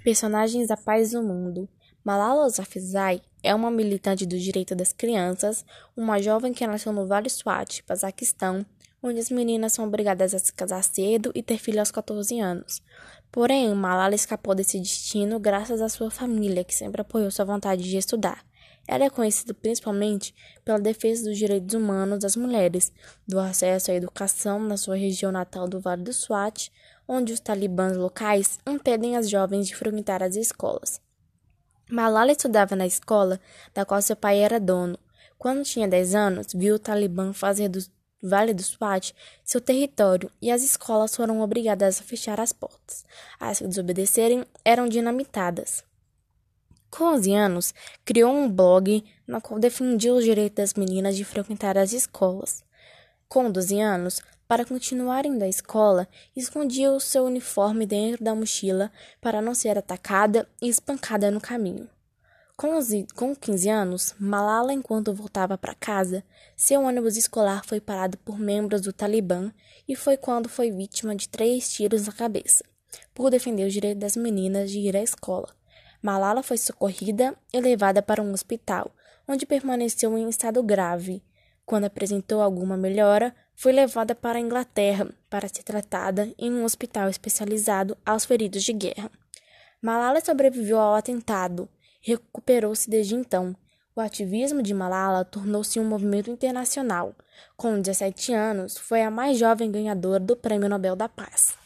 Personagens da paz do mundo. Malala Yousafzai é uma militante do direito das crianças, uma jovem que nasceu no Vale Swat, Pazaquistão, onde as meninas são obrigadas a se casar cedo e ter filho aos 14 anos. Porém, Malala escapou desse destino graças à sua família, que sempre apoiou sua vontade de estudar. Ela é conhecida principalmente pela defesa dos direitos humanos das mulheres, do acesso à educação na sua região natal do Vale do Swat, onde os talibãs locais impedem as jovens de frequentar as escolas. Malala estudava na escola da qual seu pai era dono. Quando tinha 10 anos, viu o Talibã fazer do Vale do Swat seu território e as escolas foram obrigadas a fechar as portas. As que desobedecerem eram dinamitadas. Com 11 anos, criou um blog na qual defendia os direitos das meninas de frequentar as escolas. Com 12 anos, para continuar indo à escola, escondia o seu uniforme dentro da mochila para não ser atacada e espancada no caminho. Com 15 anos, Malala, enquanto voltava para casa, seu ônibus escolar foi parado por membros do Talibã e foi quando foi vítima de 3 tiros na cabeça, por defender o direito das meninas de ir à escola. Malala foi socorrida e levada para um hospital, onde permaneceu em estado grave. Quando apresentou alguma melhora, foi levada para a Inglaterra para ser tratada em um hospital especializado aos feridos de guerra. Malala sobreviveu ao atentado e recuperou-se desde então. O ativismo de Malala tornou-se um movimento internacional. Com 17 anos, foi a mais jovem ganhadora do Prêmio Nobel da Paz.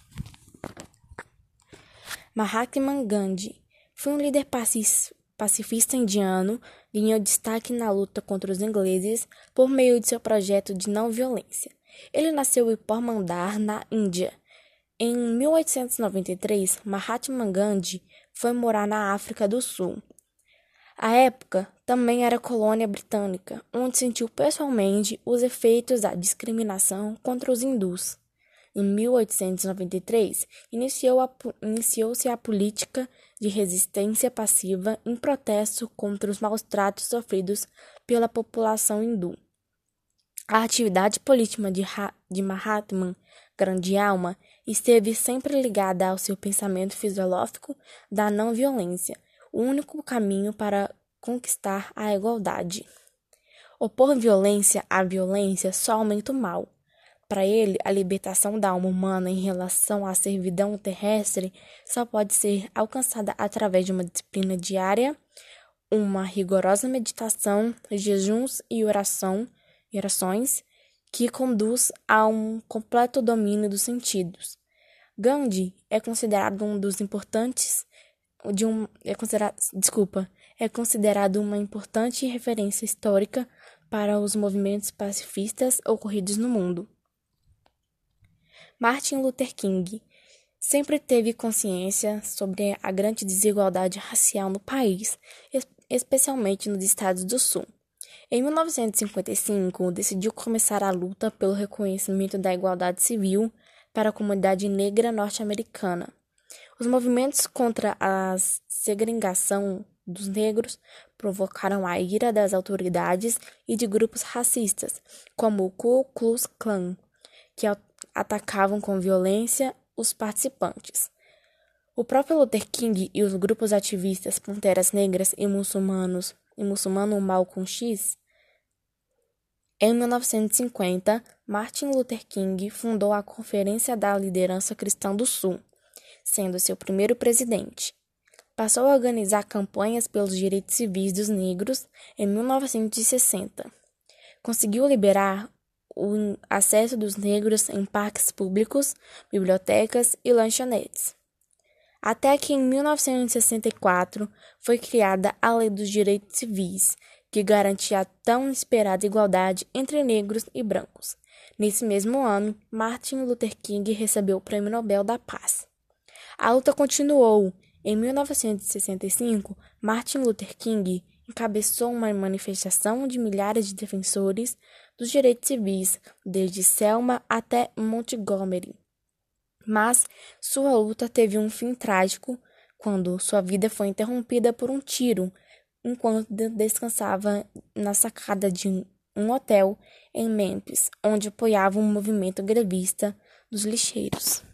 Mahatma Gandhi foi um líder pacifista indiano, ganhou destaque na luta contra os ingleses por meio de seu projeto de não-violência. Ele nasceu em Pormandar, na Índia. Em 1893, Mahatma Gandhi foi morar na África do Sul. À época, também era colônia britânica, onde sentiu pessoalmente os efeitos da discriminação contra os hindus. Em 1893, iniciou-se a política de resistência passiva em protesto contra os maus-tratos sofridos pela população hindu. A atividade política de Mahatma Grande Alma esteve sempre ligada ao seu pensamento filosófico da não-violência, o único caminho para conquistar a igualdade. Opor violência à violência só aumenta o mal. Para ele, a libertação da alma humana em relação à servidão terrestre só pode ser alcançada através de uma disciplina diária, uma rigorosa meditação, jejuns e orações que conduz a um completo domínio dos sentidos. Gandhi é considerado uma importante referência histórica para os movimentos pacifistas ocorridos no mundo. Martin Luther King sempre teve consciência sobre a grande desigualdade racial no país, especialmente nos Estados do Sul. Em 1955, decidiu começar a luta pelo reconhecimento da igualdade civil para a comunidade negra norte-americana. Os movimentos contra a segregação dos negros provocaram a ira das autoridades e de grupos racistas, como o Ku Klux Klan, que atacavam com violência os participantes. O próprio Luther King e os grupos ativistas Panteras Negras e muçulmano Malcolm X. Em 1950, Martin Luther King fundou a Conferência da Liderança Cristã do Sul, sendo seu primeiro presidente. Passou a organizar campanhas pelos direitos civis dos negros em 1960. Conseguiu liberar o acesso dos negros em parques públicos, bibliotecas e lanchonetes. Até que em 1964 foi criada a Lei dos Direitos Civis, que garantia a tão esperada igualdade entre negros e brancos. Nesse mesmo ano, Martin Luther King recebeu o Prêmio Nobel da Paz. A luta continuou. Em 1965, Martin Luther King encabeçou uma manifestação de milhares de defensores dos direitos civis, desde Selma até Montgomery. Mas sua luta teve um fim trágico quando sua vida foi interrompida por um tiro enquanto descansava na sacada de um hotel em Memphis, onde apoiava um movimento grevista dos lixeiros.